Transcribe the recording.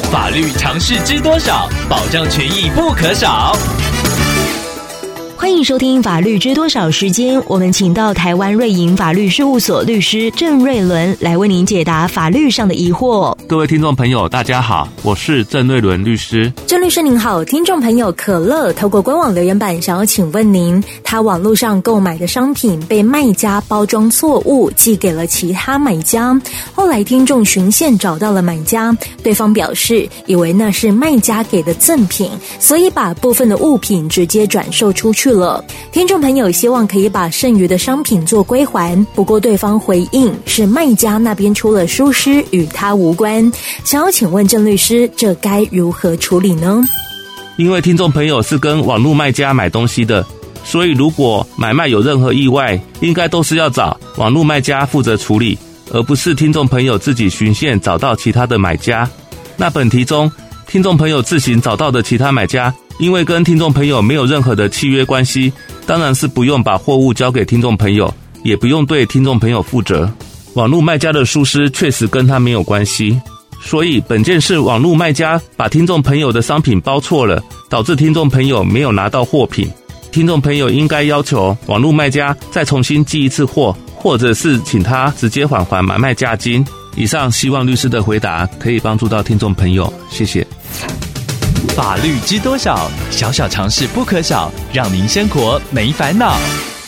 法律常识知多少，保障权益不可少。 欢迎收听法律知多少时间，我们请到台湾瑞银法律事务所律师郑瑞伦来为您解答法律上的疑惑。 各位听众朋友大家好，我是郑瑞伦律师。 郑律师您好，听众朋友可乐透过官网留言板想要请问您，他网络上购买的商品被卖家包装错误寄给了其他买家，后来听众循线找到了买家，对方表示以为那是卖家给的赠品，所以把部分的物品直接转售出去了。听众朋友希望可以把剩余的商品做归还，不过对方回应是卖家那边出了疏失，与他无关。想要请问郑律师，这该如何处理呢？ 因为听众朋友是跟网络卖家买东西的，所以如果买卖有任何意外，应该都是要找网络卖家负责处理，而不是听众朋友自己循线找到其他的买家。那本题中听众朋友自行找到的其他买家，因为跟听众朋友没有任何的契约关系，当然是不用把货物交给听众朋友，也不用对听众朋友负责。网络卖家的疏失确实跟他没有关系，所以本件事网络卖家把听众朋友的商品包错了，导致听众朋友没有拿到货品。听众朋友应该要求网络卖家再重新寄一次货，或者是请他直接返还买卖价金。以上希望律师的回答可以帮助到听众朋友，谢谢。 法律知多少，小小常识不可少，让您生活没烦恼。